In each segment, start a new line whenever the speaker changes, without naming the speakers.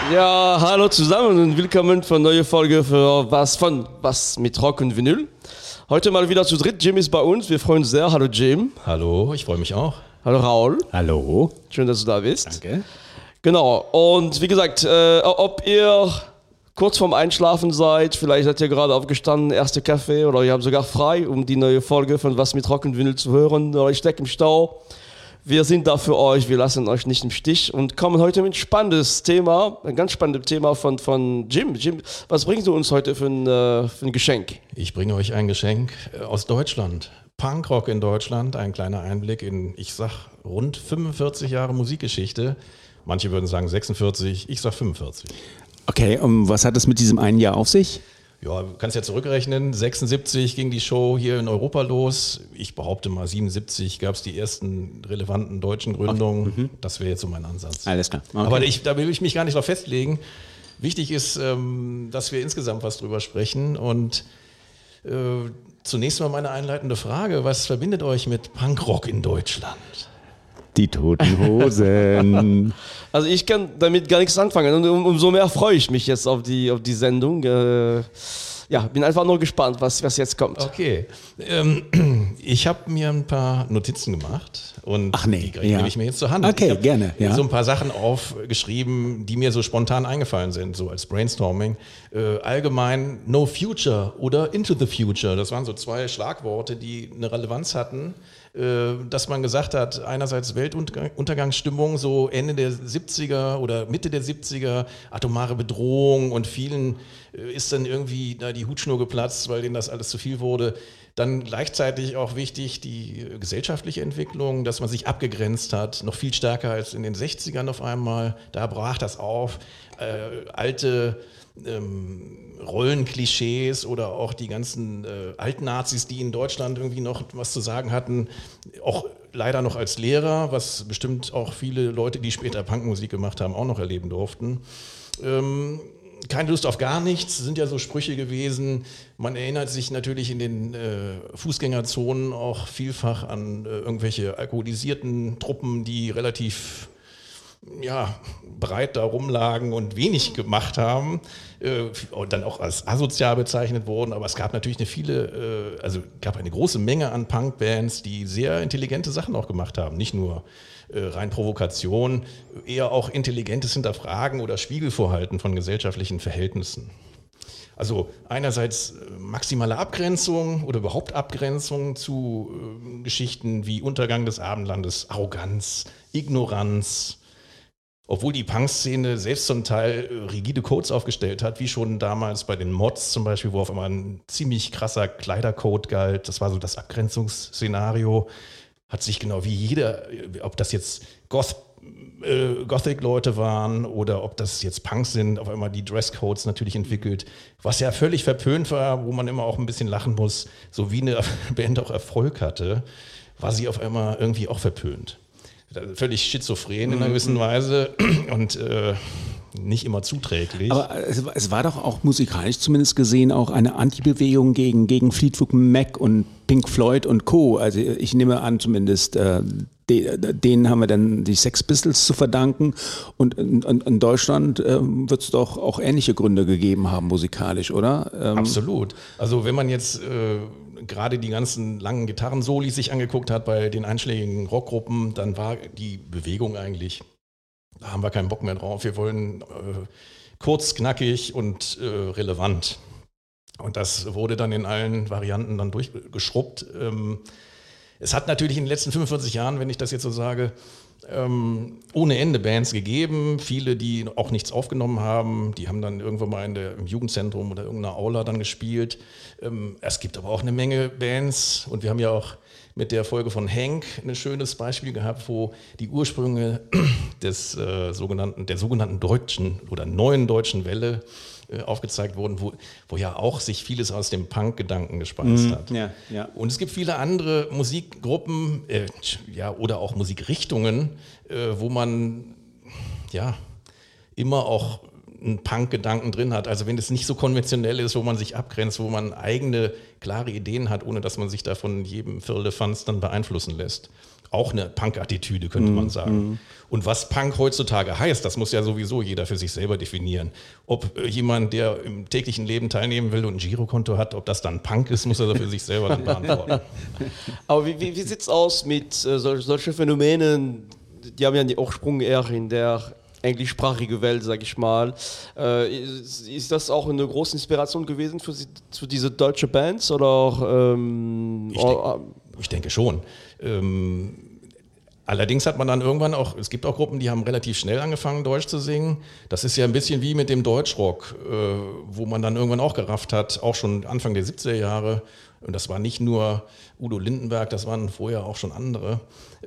Ja, hallo zusammen und willkommen für eine neue Folge für Was mit Rock und Vinyl. Heute mal wieder zu dritt. Jim ist bei uns. Wir freuen uns sehr. Hallo Jim.
Hallo, ich freue mich auch.
Hallo Raul.
Hallo.
Schön, dass du da bist.
Danke.
Genau. Und wie gesagt, ob ihr kurz vorm Einschlafen seid, vielleicht seid ihr gerade aufgestanden, erste Kaffee oder ihr habt sogar frei, um die neue Folge von Was mit Rock und Vinyl zu hören, oder ich stecke im Stau. Wir sind da für euch, wir lassen euch nicht im Stich und kommen heute mit ein spannendes Thema, ein ganz spannendes Thema von Jim. Jim, was bringst du uns heute für ein Geschenk?
Ich bringe euch ein Geschenk aus Deutschland. Punkrock in Deutschland, ein kleiner Einblick in, ich sag, rund 45 Jahre Musikgeschichte. Manche würden sagen 46, ich sag 45.
Okay, was hat es mit diesem einen Jahr auf sich?
Ja, du kannst ja zurückrechnen, 76 ging die Show hier in Europa los. Ich behaupte mal, 77 gab es die ersten relevanten deutschen Gründungen. Okay. Das wäre jetzt so mein Ansatz.
Alles klar. Okay.
Aber da will ich mich gar nicht drauf festlegen. Wichtig ist, dass wir insgesamt was drüber sprechen. Und zunächst mal meine einleitende Frage. Was verbindet euch mit Punkrock in Deutschland?
Die Toten Hosen.
Also ich kann damit gar nichts anfangen und umso mehr freue ich mich jetzt auf die Sendung. Ja, bin einfach nur gespannt, was jetzt kommt.
Okay, ich habe mir ein paar Notizen gemacht und die nehme ich mir jetzt zur Hand.
Okay,
ich
gerne. Ja.
So ein paar Sachen aufgeschrieben, die mir so spontan eingefallen sind, so als Brainstorming. Allgemein No Future oder Into the Future, das waren so zwei Schlagworte, die eine Relevanz hatten. Dass man gesagt hat, einerseits Weltuntergangsstimmung, so Ende der 70er oder Mitte der 70er, atomare Bedrohung und vielen ist dann irgendwie da die Hutschnur geplatzt, weil denen das alles zu viel wurde. Dann gleichzeitig auch wichtig die gesellschaftliche Entwicklung, dass man sich abgegrenzt hat, noch viel stärker als in den 60ern auf einmal. Da brach das auf. Alte Rollenklischees oder auch die ganzen Altnazis, die in Deutschland irgendwie noch was zu sagen hatten, auch leider noch als Lehrer, was bestimmt auch viele Leute, die später Punkmusik gemacht haben, auch noch erleben durften. Keine Lust auf gar nichts, sind ja so Sprüche gewesen. Man erinnert sich natürlich in den Fußgängerzonen auch vielfach an irgendwelche alkoholisierten Truppen, die relativ breit da rumlagen und wenig gemacht haben und dann auch als asozial bezeichnet wurden. Aber es gab natürlich gab eine große Menge an Punkbands, die sehr intelligente Sachen auch gemacht haben. Nicht nur rein Provokation, eher auch intelligentes Hinterfragen oder Spiegelvorhalten von gesellschaftlichen Verhältnissen. Also einerseits maximale Abgrenzung oder überhaupt Abgrenzung zu Geschichten wie Untergang des Abendlandes, Arroganz, Ignoranz. Obwohl die Punk-Szene selbst zum Teil rigide Codes aufgestellt hat, wie schon damals bei den Mods zum Beispiel, wo auf einmal ein ziemlich krasser Kleidercode galt. Das war so das Abgrenzungsszenario. Hat sich genau wie jeder, ob das jetzt Gothic-Leute waren oder ob das jetzt Punks sind, auf einmal die Dresscodes natürlich entwickelt. Was ja völlig verpönt war, wo man immer auch ein bisschen lachen muss, so wie eine Band auch Erfolg hatte, war sie auf einmal irgendwie auch verpönt. Völlig schizophren in einer gewissen Weise und nicht immer zuträglich.
Aber es war doch auch musikalisch zumindest gesehen auch eine Antibewegung gegen Fleetwood Mac und Pink Floyd und Co. Also ich nehme an zumindest, denen haben wir dann die Sex Pistols zu verdanken und in Deutschland wird es doch auch ähnliche Gründe gegeben haben musikalisch, oder?
Absolut. Also wenn man jetzt gerade die ganzen langen Gitarrensolis sich angeguckt hat bei den einschlägigen Rockgruppen, dann war die Bewegung eigentlich, da haben wir keinen Bock mehr drauf, wir wollen kurz, knackig und relevant. Und das wurde dann in allen Varianten dann durchgeschrubbt. Es hat natürlich in den letzten 45 Jahren, wenn ich das jetzt so sage, ohne Ende Bands gegeben, viele, die auch nichts aufgenommen haben, die haben dann irgendwann mal im Jugendzentrum oder irgendeiner Aula dann gespielt. Es gibt aber auch eine Menge Bands und wir haben ja auch mit der Folge von Hank ein schönes Beispiel gehabt, wo die Ursprünge der sogenannten deutschen oder neuen deutschen Welle aufgezeigt wurden, wo ja auch sich vieles aus dem Punk-Gedanken gespeist hat.
Ja, ja.
Und es gibt viele andere Musikgruppen oder auch Musikrichtungen, wo man immer auch einen Punk-Gedanken drin hat. Also wenn es nicht so konventionell ist, wo man sich abgrenzt, wo man eigene, klare Ideen hat, ohne dass man sich da von jedem Firlefanz dann beeinflussen lässt. Auch eine Punk-Attitüde, könnte man sagen. Und was Punk heutzutage heißt, das muss ja sowieso jeder für sich selber definieren. Ob jemand, der im täglichen Leben teilnehmen will und ein Girokonto hat, ob das dann Punk ist, muss er für sich selber dann beantworten.
Aber wie sieht es aus mit solchen Phänomenen, die haben ja den Ursprung eher in der englischsprachige Welt, sag ich mal. Ist das auch eine große Inspiration gewesen für diese deutsche Bands? Oder,
ich denke schon. Allerdings hat man dann irgendwann auch, es gibt auch Gruppen, die haben relativ schnell angefangen, Deutsch zu singen. Das ist ja ein bisschen wie mit dem Deutschrock, wo man dann irgendwann auch gerafft hat, auch schon Anfang der 70er Jahre. Und das war nicht nur Udo Lindenberg, das waren vorher auch schon andere.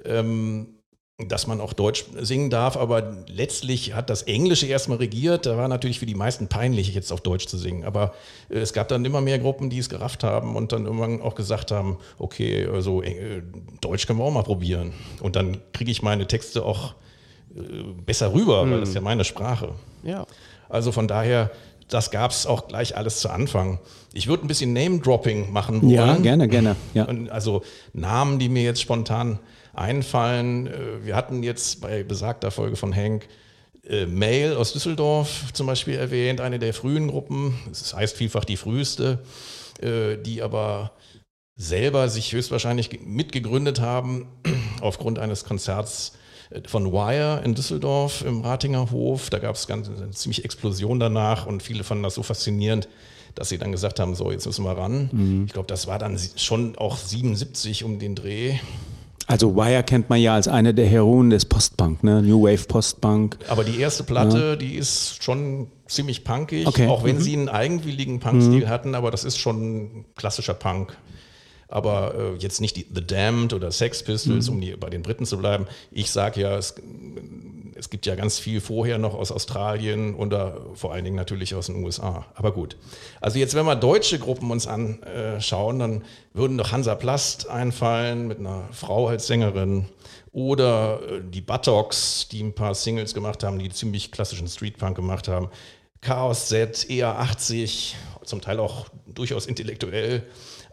Dass man auch Deutsch singen darf, aber letztlich hat das Englische erstmal regiert. Da war natürlich für die meisten peinlich, jetzt auf Deutsch zu singen. Aber es gab dann immer mehr Gruppen, die es gerafft haben und dann irgendwann auch gesagt haben, okay, also Deutsch können wir auch mal probieren. Und dann kriege ich meine Texte auch besser rüber, weil das ist ja meine Sprache.
Ja.
Also von daher, das gab es auch gleich alles zu Anfang. Ich würde ein bisschen Name-Dropping machen wollen.
Ja, gerne. Ja.
Und also Namen, die mir jetzt spontan einfallen. Wir hatten jetzt bei besagter Folge von Hank Mail aus Düsseldorf zum Beispiel erwähnt, eine der frühen Gruppen, das heißt vielfach die früheste, die aber selber sich höchstwahrscheinlich mitgegründet haben aufgrund eines Konzerts von Wire in Düsseldorf im Ratinger Hof. Da gab es eine ziemliche Explosion danach und viele fanden das so faszinierend, dass sie dann gesagt haben, so jetzt müssen wir ran. Ich glaube, das war dann schon auch 77 um den Dreh.
Also Wire kennt man ja als eine der Heroen des Postpunk, ne? New Wave Postpunk.
Aber die erste Platte, die ist schon ziemlich punkig,
okay.
Auch wenn sie einen eigenwilligen Punk-Stil hatten, aber das ist schon klassischer Punk. Aber jetzt nicht die The Damned oder Sex Pistols, um bei den Briten zu bleiben. Ich sage ja, es gibt ja ganz viel vorher noch aus Australien und vor allen Dingen natürlich aus den USA. Aber gut. Also jetzt, wenn wir deutsche Gruppen uns anschauen, dann würden doch Hansaplast einfallen mit einer Frau als Sängerin oder die Buttocks, die ein paar Singles gemacht haben, die ziemlich klassischen Streetpunk gemacht haben. Chaos Z, EA80, zum Teil auch durchaus intellektuell.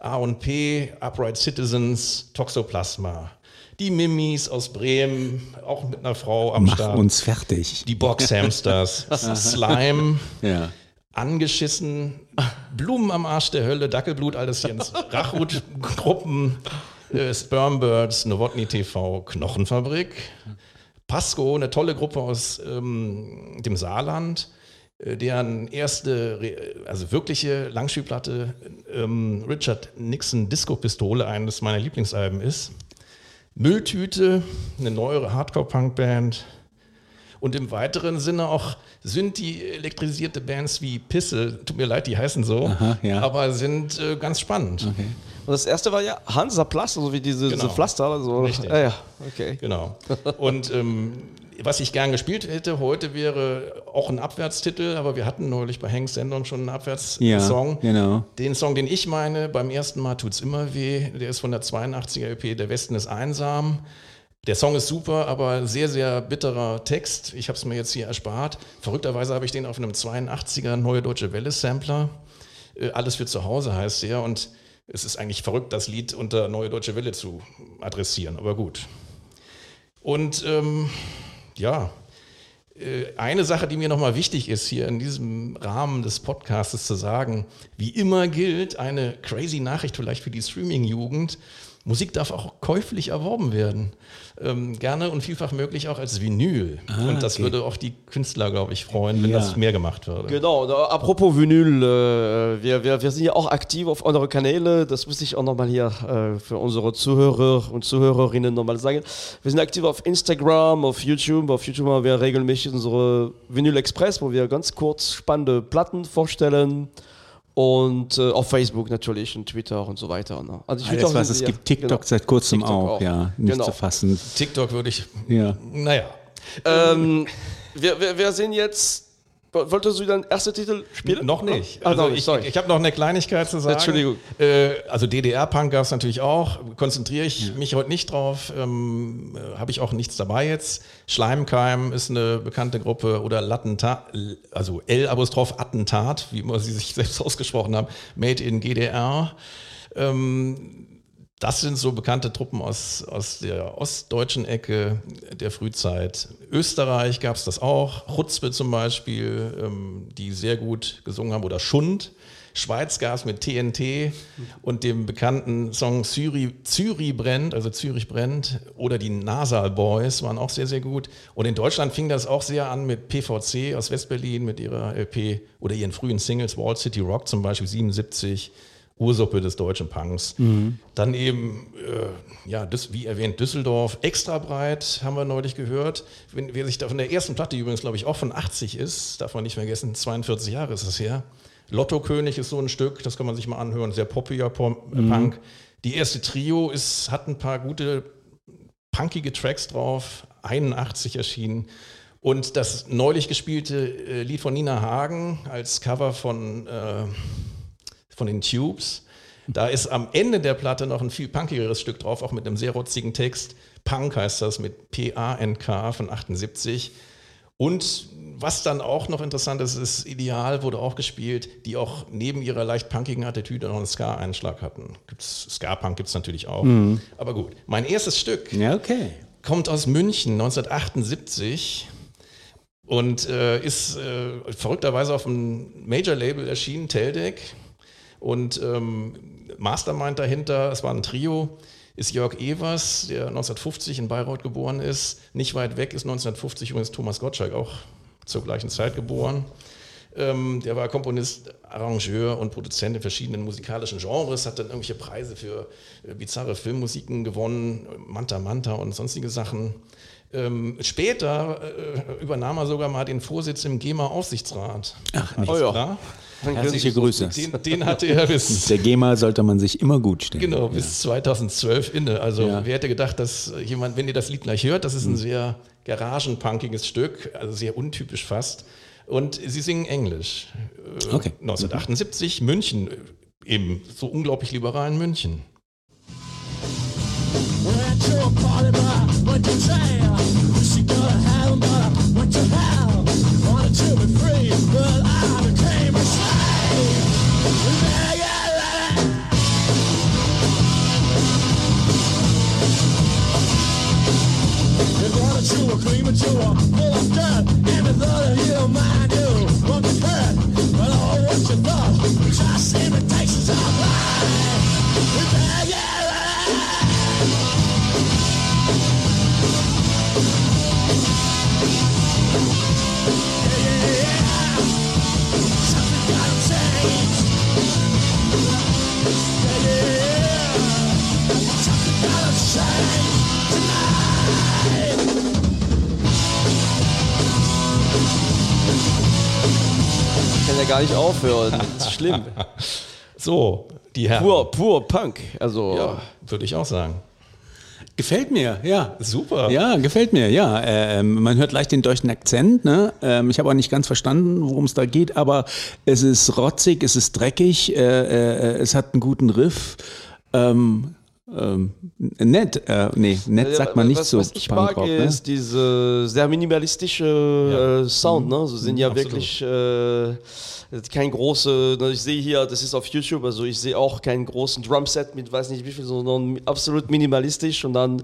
A&P, Upright Citizens, Toxoplasma. Die Mimis aus Bremen, auch mit einer Frau am Start.
Mach uns fertig.
Die Boxhamsters, Slime,
Ja.
Angeschissen, Blumen am Arsch der Hölle, Dackelblut, alles Jens, Rachut-Gruppen, Spermbirds, Nowotny TV, Knochenfabrik, Pasco, eine tolle Gruppe aus dem Saarland, deren erste, also wirkliche Langspielplatte Richard Nixon Disco-Pistole, eines meiner Lieblingsalben ist. Mülltüte, eine neuere Hardcore-Punk-Band und im weiteren Sinne auch Synthi-elektrisierte Bands wie Pisse, tut mir leid, die heißen so,
Aha, ja.
aber sind ganz spannend.
Okay.
Und das erste war ja Hansaplast, also wie diese Pflaster. Also,
Richtig.
ja, okay.
Genau. Und was ich gern gespielt hätte heute wäre auch ein Abwärtstitel, aber wir hatten neulich bei Hanks Sendung schon einen Abwärtssong.
Ja, genau.
Den Song, den ich meine, beim ersten Mal tut's immer weh, der ist von der 82er EP, Der Westen ist einsam. Der Song ist super, aber sehr, sehr bitterer Text. Ich habe es mir jetzt hier erspart. Verrückterweise habe ich den auf einem 82er Neue Deutsche Welle Sampler. Alles für zu Hause heißt der und es ist eigentlich verrückt, das Lied unter Neue Deutsche Welle zu adressieren, aber gut. Und eine Sache, die mir nochmal wichtig ist, hier in diesem Rahmen des Podcasts zu sagen, wie immer gilt, eine crazy Nachricht vielleicht für die Streaming-Jugend, Musik darf auch käuflich erworben werden. Gerne und vielfach möglich auch als Vinyl. Und das würde auch die Künstler, glaube ich, freuen, wenn das mehr gemacht würde.
Genau, apropos Vinyl, wir sind ja auch aktiv auf unsere Kanäle, das muss ich auch nochmal hier für unsere Zuhörer und Zuhörerinnen nochmal sagen. Wir sind aktiv auf Instagram, auf YouTube haben wir regelmäßig unsere Vinyl Express, wo wir ganz kurz spannende Platten vorstellen. Und auf Facebook natürlich und Twitter und so weiter. Ne? Also ich
Alles, was es gibt, TikTok seit kurzem
TikTok
auch, ja, nicht zu fassen.
TikTok würde ich,
Ja.
naja.
Wir sind jetzt Wolltest du deinen ersten Titel spielen?
Noch nicht.
Also
ich habe noch eine Kleinigkeit zu sagen.
Entschuldigung.
Also DDR-Punk gab es natürlich auch. Konzentriere ich mich heute nicht drauf. Habe ich auch nichts dabei jetzt. Schleimkeim ist eine bekannte Gruppe oder Lattentat, also L-Attentat, wie immer sie sich selbst ausgesprochen haben, Made in GDR. Das sind so bekannte Truppen aus der ostdeutschen Ecke der Frühzeit. Österreich gab es das auch, Chutzpe zum Beispiel, die sehr gut gesungen haben, oder Schund. Schweiz gab es mit TNT und dem bekannten Song Zürich brennt, also Zürich brennt, oder die Nasal Boys waren auch sehr, sehr gut. Und in Deutschland fing das auch sehr an mit PVC aus Westberlin, mit ihrer LP oder ihren frühen Singles, Wall City Rock zum Beispiel, 77. Ursuppe des deutschen Punks. Dann eben, wie erwähnt, Düsseldorf, extra breit, haben wir neulich gehört. Wer sich da von der ersten Platte übrigens, glaube ich, auch von 80 ist, darf man nicht vergessen, 42 Jahre ist es her. Lotto-König ist so ein Stück, das kann man sich mal anhören, sehr poppiger Punk. Die erste Trio hat ein paar gute, punkige Tracks drauf, 81 erschienen. Und das neulich gespielte Lied von Nina Hagen als Cover von den Tubes. Da ist am Ende der Platte noch ein viel punkigeres Stück drauf, auch mit einem sehr rotzigen Text. Punk heißt das, mit P-A-N-K von 78. Und was dann auch noch interessant ist, Ideal wurde auch gespielt, die auch neben ihrer leicht punkigen Attitüde noch einen Ska-Einschlag hatten. Ska-Punk gibt es natürlich auch. Aber gut, mein erstes Stück kommt aus München 1978 und ist verrückterweise auf einem Major-Label erschienen, Teldec. Und Mastermind dahinter, es war ein Trio, ist Jörg Evers, der 1950 in Bayreuth geboren ist. Nicht weit weg ist 1950 übrigens Thomas Gottschalk, auch zur gleichen Zeit geboren. Der war Komponist, Arrangeur und Produzent in verschiedenen musikalischen Genres, hat dann irgendwelche Preise für bizarre Filmmusiken gewonnen, Manta Manta und sonstige Sachen. Später übernahm er sogar mal den Vorsitz im GEMA-Aufsichtsrat.
Ach, nicht klar. Herzliche Grüße.
Den hatte er bis...
Der GEMA sollte man sich immer gut stellen.
Genau, bis 2012 inne. Also wer hätte gedacht, dass jemand, wenn ihr das Lied gleich hört, das ist ein sehr garagenpunkiges Stück, also sehr untypisch fast. Und sie singen Englisch. 1978, München, eben so unglaublich liberalen München.
Ich kann ja gar nicht aufhören. Das ist schlimm.
So, die Herren.
Pur Punk. Also
Ja, würde ich auch sagen.
Gefällt mir, ja.
Super.
Ja, gefällt mir, ja. Man hört leicht den deutschen Akzent, ne? Ich habe auch nicht ganz verstanden, worum es da geht, aber es ist rotzig, es ist dreckig, es hat einen guten Riff. Nett sagt man nicht so.
Was ich mag, ist diese sehr minimalistische Sound, ne? So sind ja
absolut.
wirklich kein große, ich sehe hier, das ist auf YouTube, also ich sehe auch keinen großen Drumset mit weiß nicht wie viel, sondern absolut minimalistisch und dann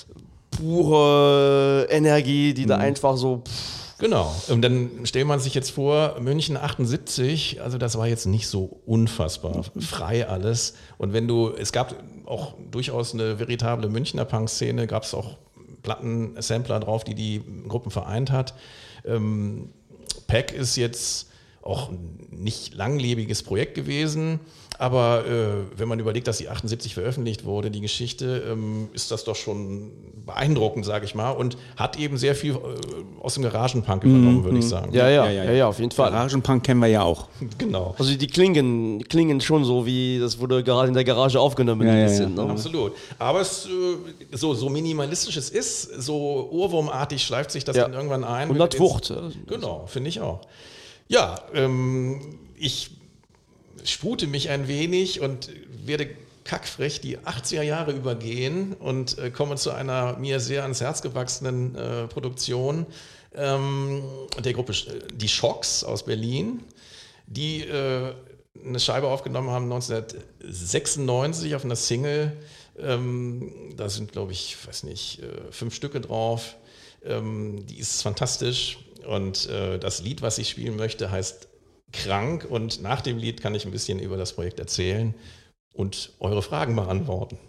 pure Energie, die da einfach so...
Genau. Und dann stellt man sich jetzt vor, München 78, also das war jetzt nicht so unfassbar frei alles. Und es gab auch durchaus eine veritable Münchner Punk-Szene, gab es auch Plattensampler drauf, die Gruppen vereint hat. Pack ist jetzt auch ein nicht langlebiges Projekt gewesen, aber wenn man überlegt, dass die 78 veröffentlicht wurde, die Geschichte, ist das doch schon beeindruckend, sage ich mal, und hat eben sehr viel aus dem Garagenpunk übernommen, würde ich sagen.
Ja, auf jeden Fall.
Garagenpunk kennen wir ja auch.
Genau.
Also die klingen schon so, wie das wurde gerade in der Garage aufgenommen. Ne?
Absolut. Aber es so minimalistisch es ist, so ohrwurmartig schleift sich das dann irgendwann ein.
Und das Wucht.
Genau, finde ich auch. Ja, ich spute mich ein wenig und werde kackfrech die 80er Jahre übergehen und komme zu einer mir sehr ans Herz gewachsenen Produktion der Gruppe Die Schocks aus Berlin, die eine Scheibe aufgenommen haben 1996 auf einer Single. Da sind, glaube ich, 5 Stücke drauf. Die ist fantastisch und das Lied, was ich spielen möchte, heißt Krank, und nach dem Lied kann ich ein bisschen über das Projekt erzählen und eure Fragen beantworten.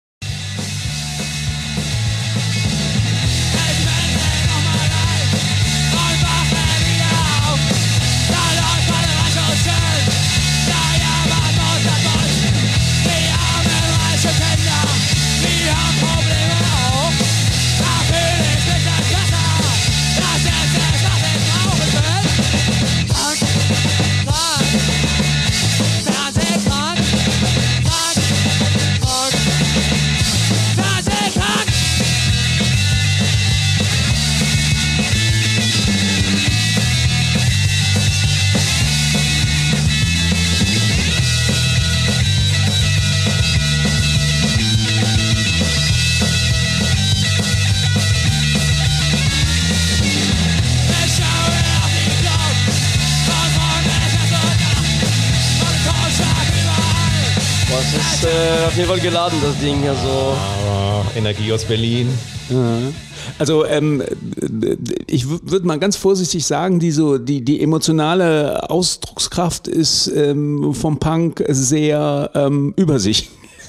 Auf jeden Fall geladen, das Ding. Also.
Energie aus Berlin.
Ja. Also ich würde mal ganz vorsichtig sagen, die emotionale Ausdruckskraft ist vom Punk sehr über sich.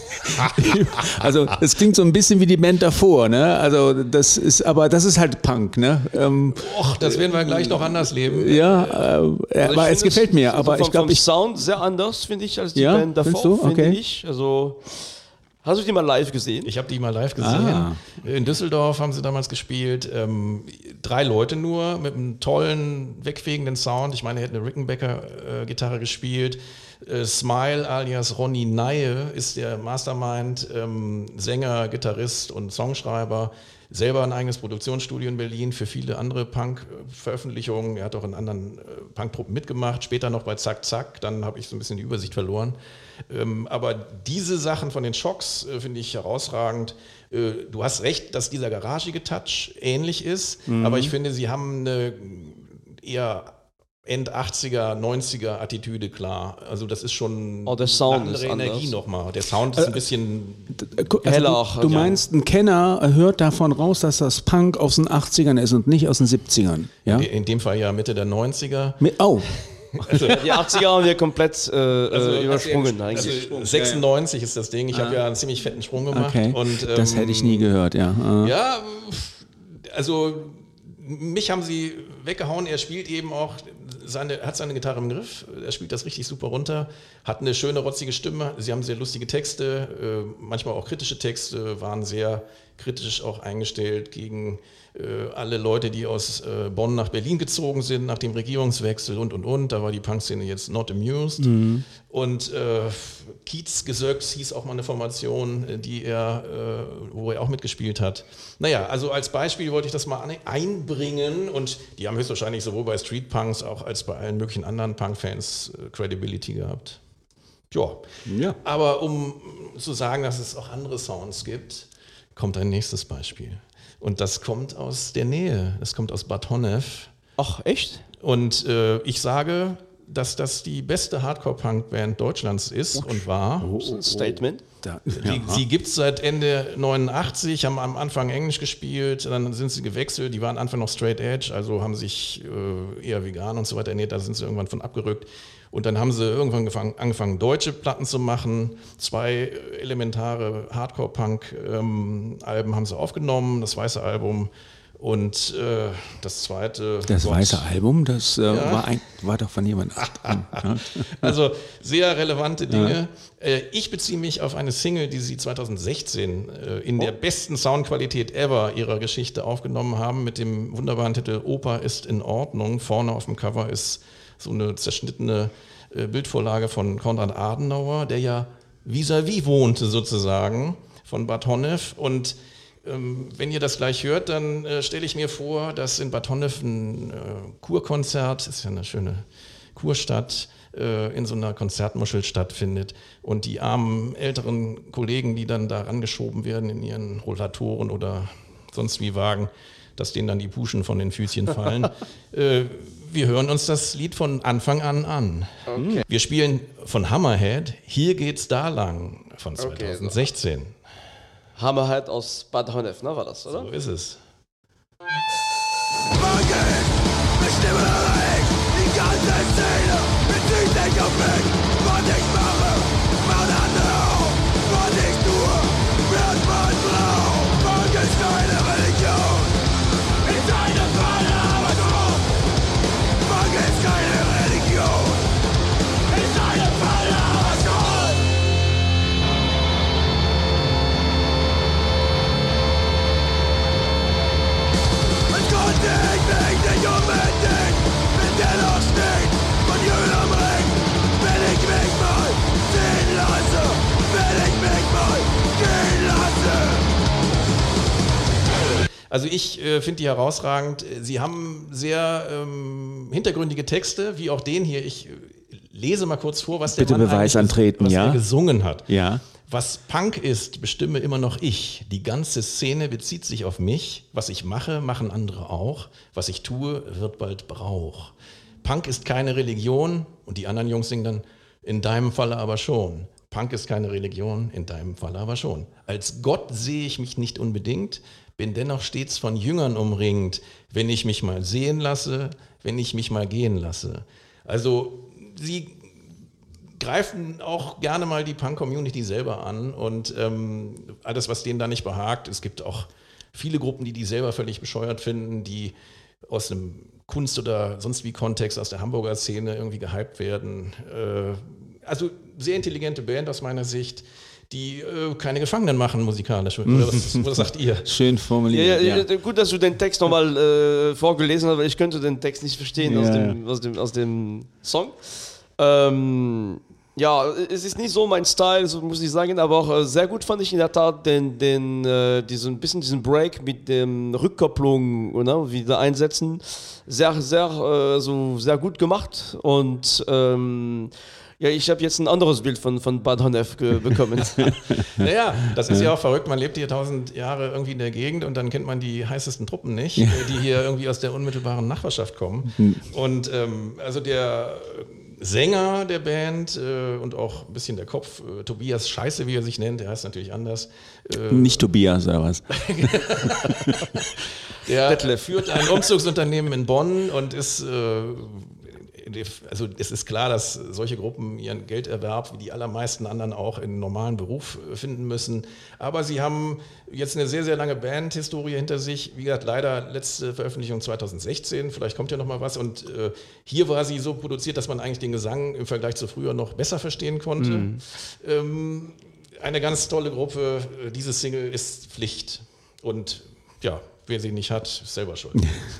Also es klingt so ein bisschen wie die Band davor, ne? Also das ist halt Punk, ne?
Das werden wir gleich noch anders leben.
Ja, aber es gefällt mir.
Also
aber ich glaube,
vom Sound sehr anders, finde ich, als die
ja,
Band davor,
du? Okay.
finde ich. Also hast du die mal live gesehen?
Ich habe die mal live gesehen. In Düsseldorf haben sie damals gespielt. 3 Leute nur mit einem tollen, wegfegenden Sound. Ich meine, er hätte eine Rickenbacker-Gitarre gespielt. Smile alias Ronny Naie ist der Mastermind, Sänger, Gitarrist und Songschreiber. Selber ein eigenes Produktionsstudio in Berlin für viele andere Punk-Veröffentlichungen. Er hat auch in anderen Punk-Gruppen mitgemacht, später noch bei Zack Zack, dann habe ich so ein bisschen die Übersicht verloren. Aber diese Sachen von den Schocks finde ich herausragend. Du hast recht, dass dieser garagige Touch ähnlich ist, aber ich finde, sie haben eine eher End-80er, 90er Attitüde, klar. Also das ist schon
der Sound
eine andere
ist
Energie
anders.
nochmal. Der Sound ist ein bisschen
heller auch.
Du meinst, ein Kenner hört davon raus, dass das Punk aus den 80ern ist und nicht aus den 70ern. Ja?
in dem Fall ja Mitte der 90er.
Also, die 80er haben wir komplett übersprungen eigentlich.
96 ist das Ding. Ich habe ja einen ziemlich fetten Sprung gemacht.
Okay.
Und,
das hätte ich nie gehört, ja.
Ja, also mich haben sie weggehauen. Er spielt eben auch, hat seine Gitarre im Griff. Er spielt das richtig super runter. Hat eine schöne, rotzige Stimme. Sie haben sehr lustige Texte, manchmal auch kritische Texte, waren sehr kritisch auch eingestellt gegen alle Leute, die aus Bonn nach Berlin gezogen sind, nach dem Regierungswechsel und. Da war die Punkszene jetzt not amused. Mhm. Und Kiez-Gesöcks hieß auch mal eine Formation, wo er auch mitgespielt hat. Naja, also als Beispiel wollte ich das mal einbringen, und die haben höchstwahrscheinlich sowohl bei Street Punks auch als bei allen möglichen anderen Punk-Fans Credibility gehabt. Ja, aber um zu sagen, dass es auch andere Sounds gibt, kommt ein nächstes Beispiel. Und das kommt aus der Nähe, das kommt aus Bad Honnef.
Ach, echt?
Und ich sage, dass das die beste Hardcore-Punk-Band Deutschlands ist und war.
Statement.
Sie gibt es seit Ende 89, haben am Anfang Englisch gespielt, dann sind sie gewechselt, die waren Anfang noch Straight Edge, also haben sich eher vegan und so weiter ernährt, da sind sie irgendwann von abgerückt. Und dann haben sie irgendwann angefangen, deutsche Platten zu machen. 2 elementare Hardcore-Punk-Alben haben sie aufgenommen, das weiße Album und das zweite.
Das weiße Album, das war doch von jemand anderem.
Also sehr relevante Dinge. Ja. Ich beziehe mich auf eine Single, die sie 2016 in der besten Soundqualität ever ihrer Geschichte aufgenommen haben, mit dem wunderbaren Titel Oper ist in Ordnung. Vorne auf dem Cover ist so eine zerschnittene Bildvorlage von Konrad Adenauer, der ja vis-à-vis wohnte sozusagen von Bad Honnef. Und wenn ihr das gleich hört, dann stelle ich mir vor, dass in Bad Honnef ein Kurkonzert, ist ja eine schöne Kurstadt in so einer Konzertmuschel stattfindet und die armen älteren Kollegen, die dann da rangeschoben werden in ihren Rollatoren oder sonst wie Wagen, dass denen dann die Puschen von den Füßchen fallen. Wir hören uns das Lied von Anfang an. Okay. Wir spielen von Hammerhead, Hier geht's da lang von 2016.
Okay, so. Hammerhead aus Bad Honnef, ne, war das, oder?
So ist es.
Bestimmen erregt, die ganze Szene bezieht sich auf mich. Was ich mache, machen andere auch. Was ich tue, wird man blau. Funk ist keine Religion, in deinem Falle aber doch. Funk ist keine Religion, in deinem Falle aber schon. Es konnte ich mich nicht unbedingt mit dennoch steht von Jüngern am Ring. Wenn ich mich mal sehen lasse, wenn ich mich mal gehen lasse.
Also ich finde die herausragend. Sie haben sehr hintergründige Texte, wie auch den hier. Ich lese mal kurz vor, was der
Bitte
Mann
Beweis antreten,
was
ja?
er gesungen hat.
Ja.
Was Punk ist, bestimme immer noch ich. Die ganze Szene bezieht sich auf mich. Was ich mache, machen andere auch. Was ich tue, wird bald Brauch. Punk ist keine Religion. Und die anderen Jungs singen dann, in deinem Falle aber schon. Punk ist keine Religion, in deinem Falle aber schon. Als Gott sehe ich mich nicht unbedingt, bin dennoch stets von Jüngern umringt, wenn ich mich mal sehen lasse, wenn ich mich mal gehen lasse. Also sie greifen auch gerne mal die Punk-Community selber an und alles, was denen da nicht behagt. Es gibt auch viele Gruppen, die selber völlig bescheuert finden, die aus einem Kunst- oder sonst wie Kontext aus der Hamburger Szene irgendwie gehypt werden. Also sehr intelligente Band aus meiner Sicht, die keine Gefangenen machen musikalisch. Oder was sagt ihr?
Schön formuliert.
Ja. Gut, dass du den Text nochmal vorgelesen hast, weil ich könnte den Text nicht verstehen aus dem Song. Ja, es ist nicht so mein Style, so muss ich sagen, aber auch sehr gut fand ich in der Tat diesen Break mit dem Rückkopplung, oder, wieder einsetzen. Sehr gut gemacht und ja, ich habe jetzt ein anderes Bild von Bad Honnef bekommen.
Naja, das ist ja auch verrückt. Man lebt hier 1000 Jahre irgendwie in der Gegend und dann kennt man die heißesten Truppen nicht, die hier irgendwie aus der unmittelbaren Nachbarschaft kommen. Und also der Sänger der Band und auch ein bisschen der Kopf, Tobias Scheiße, wie er sich nennt, der heißt natürlich anders.
Nicht Tobias oder was?
Der führt ein Umzugsunternehmen in Bonn und ist... Also es ist klar, dass solche Gruppen ihren Gelderwerb wie die allermeisten anderen auch in einen normalen Beruf finden müssen. Aber sie haben jetzt eine sehr, sehr lange Bandhistorie hinter sich. Wie gesagt, leider letzte Veröffentlichung 2016, vielleicht kommt ja noch mal was. Und hier war sie so produziert, dass man eigentlich den Gesang im Vergleich zu früher noch besser verstehen konnte. Eine ganz tolle Gruppe. Diese Single ist Pflicht. Und ja, wer sie nicht hat, ist selber schuld.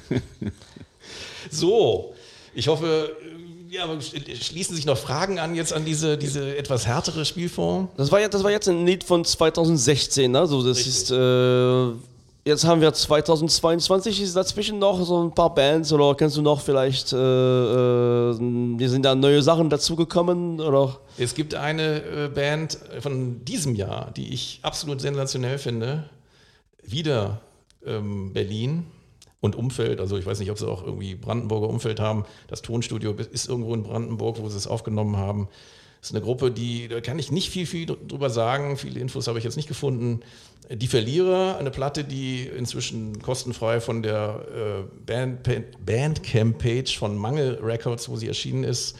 So. Ich hoffe, ja, aber schließen sich noch Fragen an jetzt an diese etwas härtere Spielform?
Das war jetzt ein Lied von 2016, also das Richtig. Ist, jetzt haben wir 2022, ist dazwischen noch so ein paar Bands oder kennst du noch vielleicht, wir sind da neue Sachen dazugekommen oder?
Es gibt eine Band von diesem Jahr, die ich absolut sensationell finde, wieder Berlin. Und Umfeld, also ich weiß nicht, ob sie auch irgendwie Brandenburger Umfeld haben. Das Tonstudio ist irgendwo in Brandenburg, wo sie es aufgenommen haben. Das ist eine Gruppe, da kann ich nicht viel drüber sagen. Viele Infos habe ich jetzt nicht gefunden. Die Verlierer, eine Platte, die inzwischen kostenfrei von der Bandcamp-Page von Mangel Records, wo sie erschienen ist,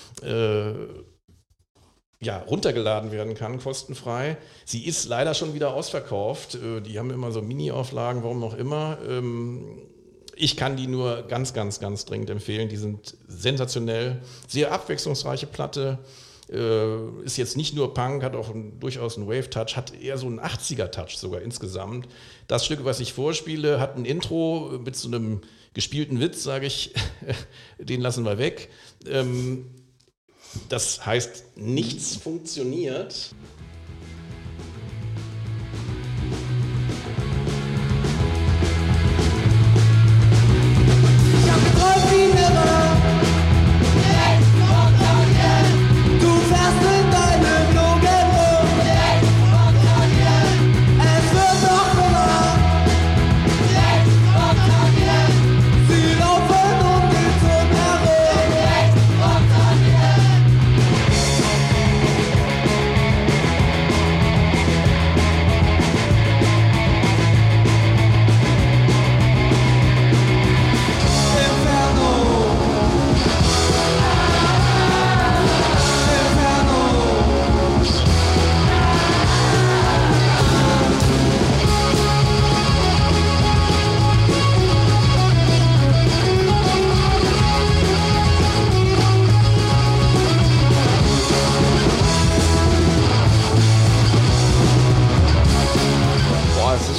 runtergeladen werden kann, kostenfrei. Sie ist leider schon wieder ausverkauft. Die haben immer so Mini-Auflagen, warum auch immer. Ich kann die nur ganz, ganz, ganz dringend empfehlen. Die sind sensationell, sehr abwechslungsreiche Platte. Ist jetzt nicht nur Punk, hat auch durchaus einen Wave-Touch, hat eher so einen 80er-Touch sogar insgesamt. Das Stück, was ich vorspiele, hat ein Intro mit so einem gespielten Witz, sage ich, den lassen wir weg. Das heißt, nichts funktioniert.
Ich hab geträumt wie immer.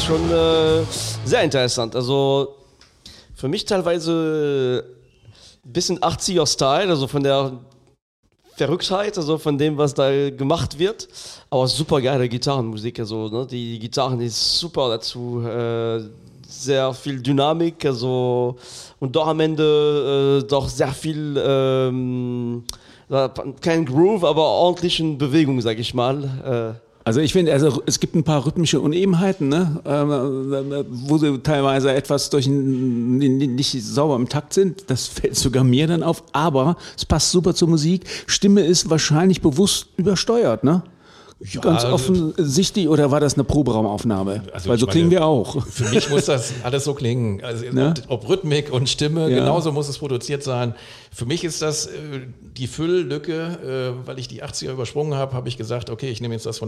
schon sehr interessant. Also für mich teilweise ein bisschen 80er-Style, also von der Verrücktheit, also von dem, was da gemacht wird, aber super geile Gitarrenmusik, also ne? Die Gitarren ist super dazu, sehr viel Dynamik, also und doch am Ende doch sehr viel, kein Groove, aber ordentlichen Bewegung, sag ich mal.
Also ich finde, also es gibt ein paar rhythmische Unebenheiten, ne? Wo sie teilweise etwas nicht sauber im Takt sind. Das fällt sogar mir dann auf. Aber es passt super zur Musik. Stimme ist wahrscheinlich bewusst übersteuert, ne?
Ja,
ganz offensichtlich, oder war das eine Proberaumaufnahme?
Also
weil so klingen wir auch.
Für mich muss das alles so klingen. Also
ne?
ob Rhythmik und Stimme, genauso muss es produziert sein. Für mich ist das die Fülllücke, weil ich die 80er übersprungen habe, habe ich gesagt, okay, ich nehme jetzt das von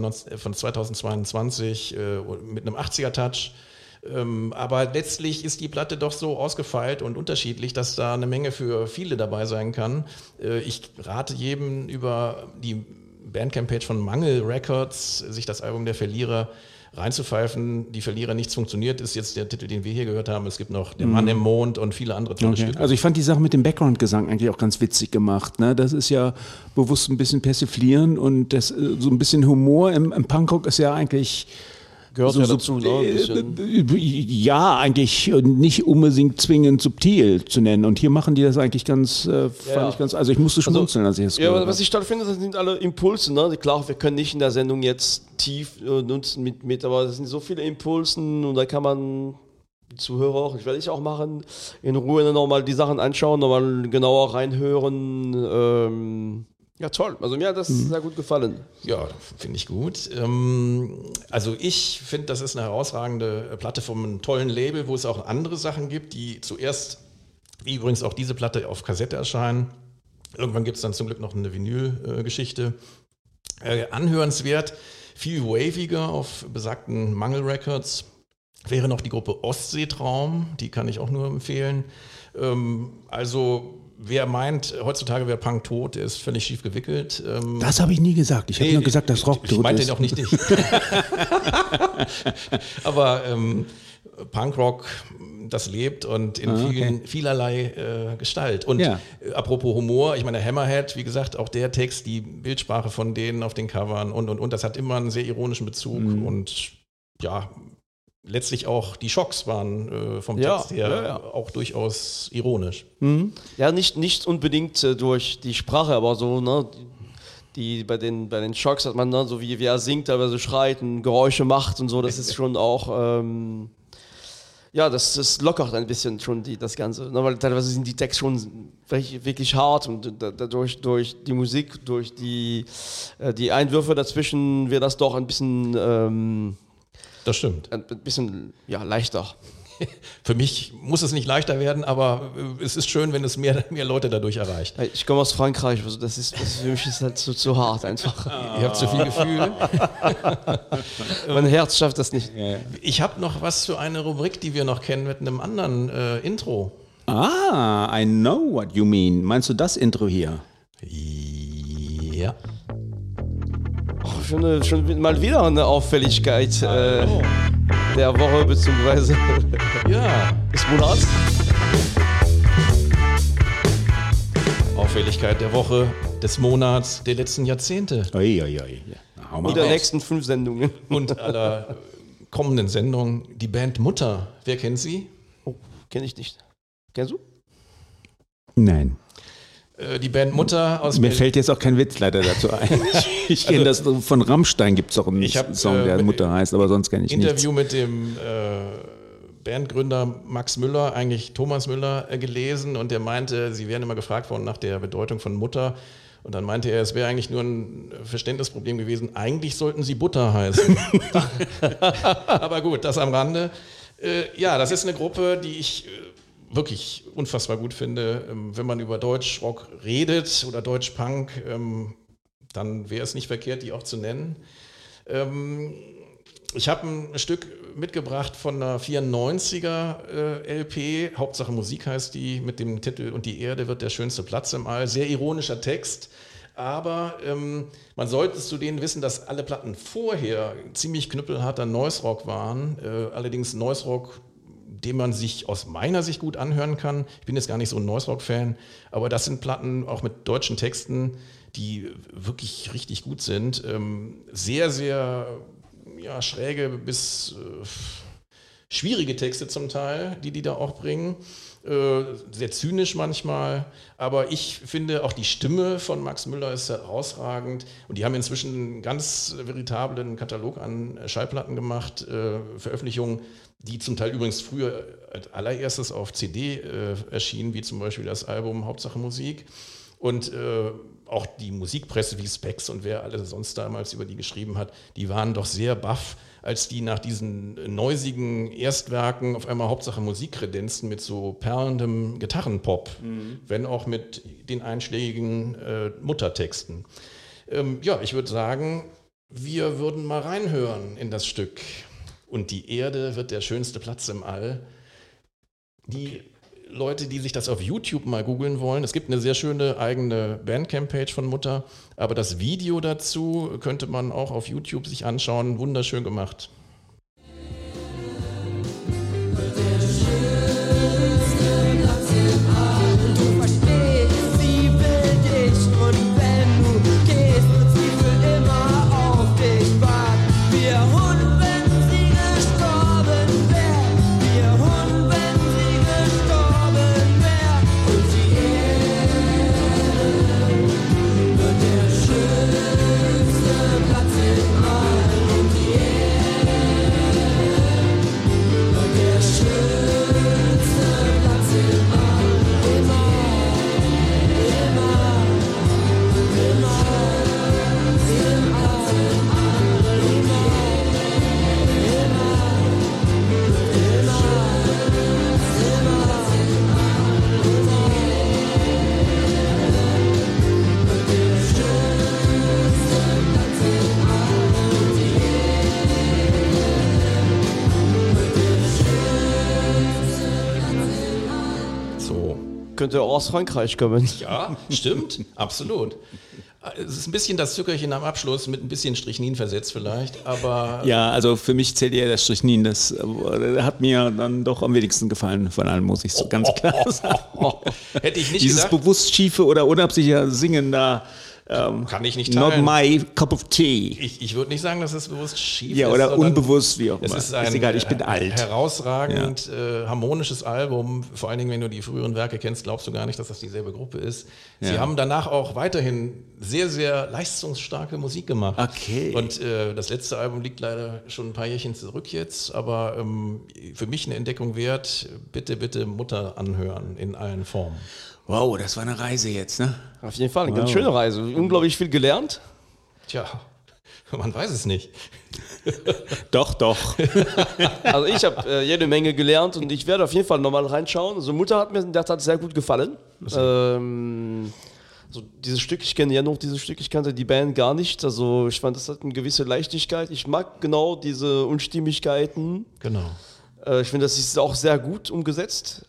2022 mit einem 80er-Touch. Aber letztlich ist die Platte doch so ausgefeilt und unterschiedlich, dass da eine Menge für viele dabei sein kann. Ich rate jedem über die Bandcamp-Page von Mangel Records, sich das Album Der Verlierer reinzupfeifen. Die Verlierer, nichts funktioniert, ist jetzt der Titel, den wir hier gehört haben. Es gibt noch Der Mann im Mond und viele andere tolle Stücke.
Also ich fand die Sache mit dem Background-Gesang eigentlich auch ganz witzig gemacht. Ne? Das ist ja bewusst ein bisschen persiflieren und das, so ein bisschen Humor im Punkrock ist ja eigentlich...
Gehört so, ja dazu, ne?
Ja, eigentlich nicht unbedingt zwingend subtil zu nennen. Und hier machen die das eigentlich ganz, fand ich ganz, also ich musste schmunzeln, als ich das gehört habe.
Was ich toll finde, das sind alle Impulse, ne? Klar, wir können nicht in der Sendung jetzt tief nutzen mit, aber das sind so viele Impulsen und da kann man die Zuhörer auch, ich werde ich auch machen, in Ruhe nochmal die Sachen anschauen, nochmal genauer reinhören, ja, toll. Also mir hat das sehr gut gefallen.
Ja, finde ich gut. Also ich finde, das ist eine herausragende Platte vom einem tollen Label, wo es auch andere Sachen gibt, die zuerst, wie übrigens auch diese Platte, auf Kassette erscheinen. Irgendwann gibt es dann zum Glück noch eine Vinyl-Geschichte. Anhörenswert, viel waviger auf besagten Mangel Records wäre noch die Gruppe Ostseetraum, die kann ich auch nur empfehlen. Also wer meint, heutzutage wäre Punk tot, der ist völlig schief gewickelt.
Das habe ich nie gesagt. Ich habe nur gesagt, dass Rock tot ist.
Ich meinte doch nicht dich. Aber Punkrock, das lebt und in vielerlei Gestalt. Und apropos Humor, ich meine, Hammerhead, wie gesagt, auch der Text, die Bildsprache von denen auf den Covern und das hat immer einen sehr ironischen Bezug und ja, letztlich auch die Schocks waren vom Text her auch durchaus ironisch.
Ja, nicht unbedingt durch die Sprache, aber so, ne, bei den Schocks hat man, ne, so wie er singt, teilweise schreit und Geräusche macht und so, das ist schon auch, das lockert ein bisschen schon das Ganze, ne, weil teilweise sind die Texte schon wirklich hart und durch die Musik, durch die Einwürfe dazwischen wird das doch ein bisschen...
Das stimmt.
Ein bisschen leichter.
Für mich muss es nicht leichter werden, aber es ist schön, wenn es mehr Leute dadurch erreicht.
Ich komme aus Frankreich, also das für mich ist halt zu hart einfach.
Ihr habt zu viel Gefühl.
Mein Herz schafft das nicht.
Ich habe noch was für eine Rubrik, die wir noch kennen mit einem anderen Intro.
I know what you mean. Meinst du das Intro hier?
Ja.
Schon mal wieder eine Auffälligkeit der Woche bzw. des Monats.
Auffälligkeit der Woche, des Monats, der letzten Jahrzehnte.
Und der nächsten 5 Sendungen.
Und aller kommenden Sendungen. Die Band Mutter, wer kennt sie?
Oh, kenne ich nicht. Kennst du?
Nein.
Die Band Mutter aus
Mir fällt jetzt auch kein Witz leider dazu ein. Ich kenne das von Rammstein, gibt es auch einen Song, der Mutter heißt, aber sonst kenne ich nichts.
Interview mit dem Bandgründer Max Müller, eigentlich Thomas Müller, gelesen und der meinte, sie wären immer gefragt worden nach der Bedeutung von Mutter und dann meinte er, es wäre eigentlich nur ein Verständnisproblem gewesen, eigentlich sollten sie Butter heißen. Aber gut, das am Rande. Das ist eine Gruppe, die ich... wirklich unfassbar gut finde. Wenn man über Deutschrock redet oder Deutschpunk, dann wäre es nicht verkehrt, die auch zu nennen. Ich habe ein Stück mitgebracht von einer 94er LP, Hauptsache Musik heißt die, mit dem Titel Und die Erde wird der schönste Platz im All. Sehr ironischer Text, Aber man sollte zu denen wissen, dass alle Platten vorher ziemlich knüppelharter Noise Rock waren. Allerdings Noise Rock, den man sich aus meiner Sicht gut anhören kann. Ich bin jetzt gar nicht so ein Noise Rock-Fan, aber das sind Platten auch mit deutschen Texten, die wirklich richtig gut sind. Sehr, sehr schräge bis schwierige Texte zum Teil, die da auch bringen. Sehr zynisch manchmal, aber ich finde auch die Stimme von Max Müller ist herausragend und die haben inzwischen einen ganz veritablen Katalog an Schallplatten gemacht, Veröffentlichungen, die zum Teil übrigens früher als allererstes auf CD erschienen, wie zum Beispiel das Album Hauptsache Musik. Und auch die Musikpresse wie Spex und wer alle sonst damals über die geschrieben hat, die waren doch sehr baff, als die nach diesen neusigen Erstwerken auf einmal Hauptsache Musik kredenzten mit so perlendem Gitarrenpop, wenn auch mit den einschlägigen Muttertexten. Ich würde sagen, wir würden mal reinhören in das Stück. Und die Erde wird der schönste Platz im All. Die Leute, die sich das auf YouTube mal googeln wollen, es gibt eine sehr schöne eigene Bandcamp-Page von Mutter, aber das Video dazu könnte man auch auf YouTube sich anschauen, wunderschön gemacht.
Könnte auch aus Frankreich kommen.
Ja, stimmt, absolut. Es ist ein bisschen das Zuckerchen am Abschluss, mit ein bisschen Strychnin versetzt vielleicht, aber...
Ja, also für mich zählt ja das Strychnin, das hat mir dann doch am wenigsten gefallen von allen, muss ich so ganz klar sagen.
Hätte ich nicht
Dieses
gedacht.
bewusst schiefe oder unabsichtliche Singen da...
kann ich nicht
Not
teilen.
my cup of tea.
Ich würde nicht sagen, dass es bewusst schief ist.
Ja, oder unbewusst, wie auch immer.
Es ist
egal, ich bin alt.
Herausragend harmonisches Album. Vor allen Dingen, wenn du die früheren Werke kennst, glaubst du gar nicht, dass das dieselbe Gruppe ist. Sie haben danach auch weiterhin sehr, sehr leistungsstarke Musik gemacht.
Okay.
Und das letzte Album liegt leider schon ein paar Jährchen zurück jetzt, aber für mich eine Entdeckung wert. Bitte, bitte Mutter anhören in allen Formen.
Wow, das war eine Reise jetzt, ne?
Auf jeden Fall, eine ganz schöne Reise. Unglaublich viel gelernt.
Tja, man weiß es nicht.
Doch.
Also ich habe jede Menge gelernt und ich werde auf jeden Fall nochmal reinschauen. Also Mutter hat mir in der Tat sehr gut gefallen. So dieses Stück, ich kenne ja noch dieses Stück, ich kannte die Band gar nicht. Also ich fand, das hat eine gewisse Leichtigkeit. Ich mag genau diese Unstimmigkeiten.
Genau.
Ich finde, das ist auch sehr gut umgesetzt.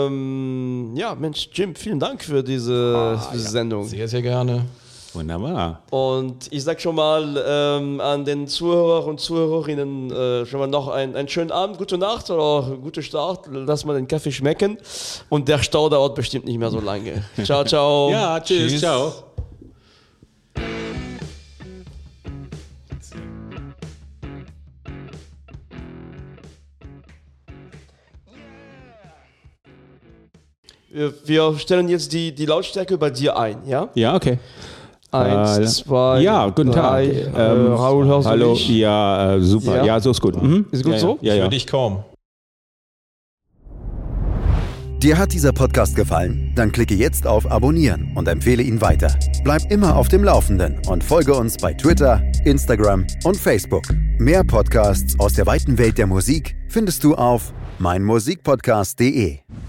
Mensch, Jim, vielen Dank für diese Sendung.
Sehr, sehr gerne.
Wunderbar.
Und ich sage schon mal an den Zuhörer und Zuhörerinnen schon mal noch einen schönen Abend, gute Nacht oder gute Start. Lass mal den Kaffee schmecken. Und der Stau dauert bestimmt nicht mehr so lange. Ciao, ciao.
Ja, tschüss. Ciao.
Wir stellen jetzt die Lautstärke bei dir ein, ja?
Ja, okay.
1, 2,
ja, guten
3.
Tag.
Raoul, hörst du
hallo,
mich?
ja, super. Ja, so ist gut. Mhm.
Ist gut so?
Ja.
Für dich kaum.
Dir hat dieser Podcast gefallen? Dann klicke jetzt auf Abonnieren und empfehle ihn weiter. Bleib immer auf dem Laufenden und folge uns bei Twitter, Instagram und Facebook. Mehr Podcasts aus der weiten Welt der Musik findest du auf meinmusikpodcast.de.